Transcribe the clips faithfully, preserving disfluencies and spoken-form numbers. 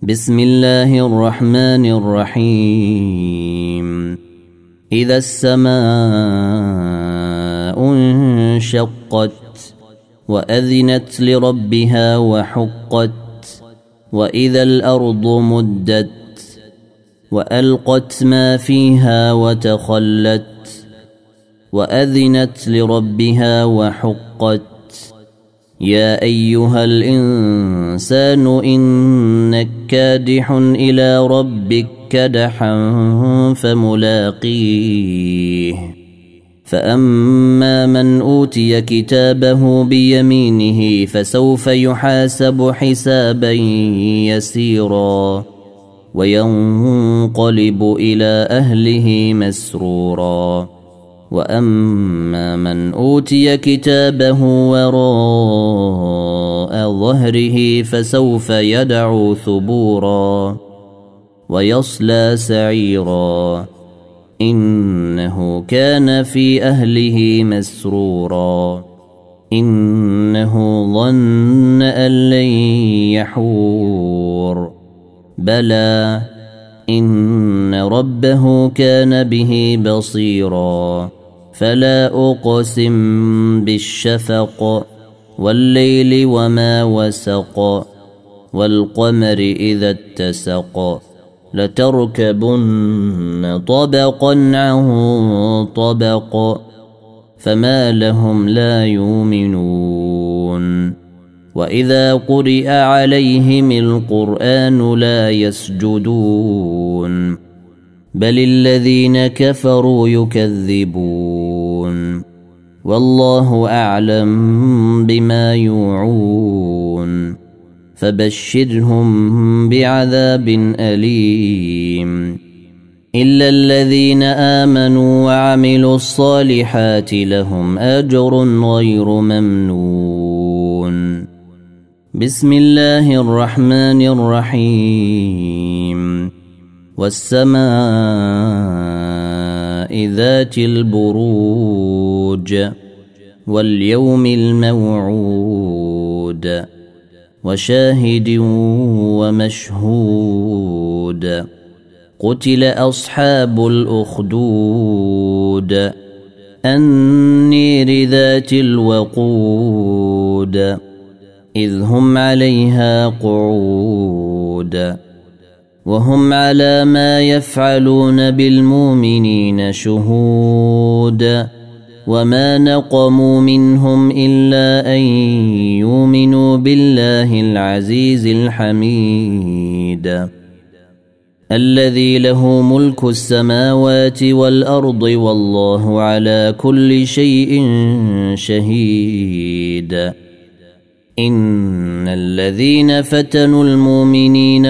بسم الله الرحمن الرحيم إذا السماء انشقت وأذنت لربها وحقت وإذا الأرض مدت وألقت ما فيها وتخلت وأذنت لربها وحقت يا أيها الإنسان إنك كادح إلى ربك كدحا فملاقيه فأما من أوتي كتابه بيمينه فسوف يحاسب حسابا يسيرا وينقلب إلى أهله مسرورا وأما من أوتي كتابه وراء ظهره فسوف يدعو ثبورا ويصلى سعيرا إنه كان في أهله مسرورا إنه ظن أن لن يحور بلى إن ربه كان به بصيرا فلا أقسم بالشفق والليل وما وسق والقمر إذا اتسق لتركبن طبقا عن طبق فما لهم لا يؤمنون وإذا قرئ عليهم القرآن لا يسجدون بل الذين كفروا يكذبون والله أعلم بما يوعون فبشرهم بعذاب أليم إلا الذين آمنوا وعملوا الصالحات لهم أجر غير ممنون بسم الله الرحمن الرحيم والسماء ذات البروج واليوم الموعود وشاهد ومشهود قتل أصحاب الأخدود النير ذات الوقود إذ هم عليها قعود وهم على ما يفعلون بالمؤمنين شهود وما نقموا منهم إلا أن يؤمنوا بالله العزيز الحميد الذي له ملك السماوات والأرض والله على كل شيء شهيد إن الذين فتنوا المؤمنين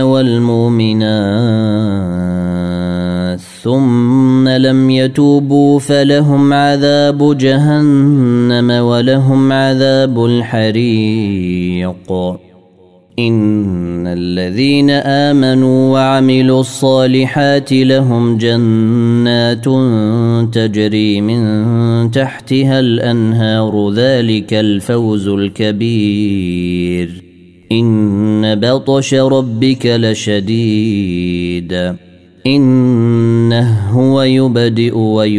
والمؤمنات ثم لم يتوبوا فلهم عذاب جهنم ولهم عذاب الحريق إن الذين آمنوا وعملوا الصالحات لهم جنات تجري من تحتها الأنهار ذلك الفوز الكبير إن بطش ربك لشديد إنه هو يبدئ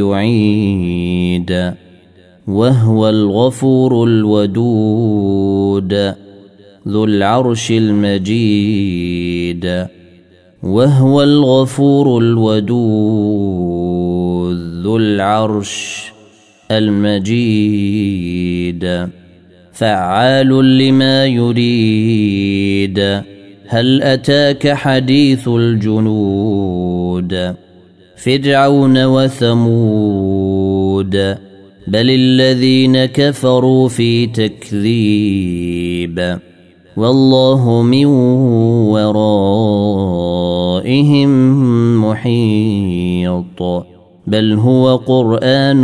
ويعيد وهو الغفور الودود ذو العرش المجيد وهو الغفور الودود ذو العرش المجيد فعال لما يريد هل أتاك حديث الجنود فرعون وثمود بل الذين كفروا في تكذيب والله من ورائهم محيط بل هو قرآن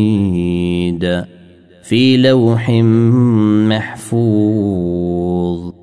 مجيد في لوح محفوظ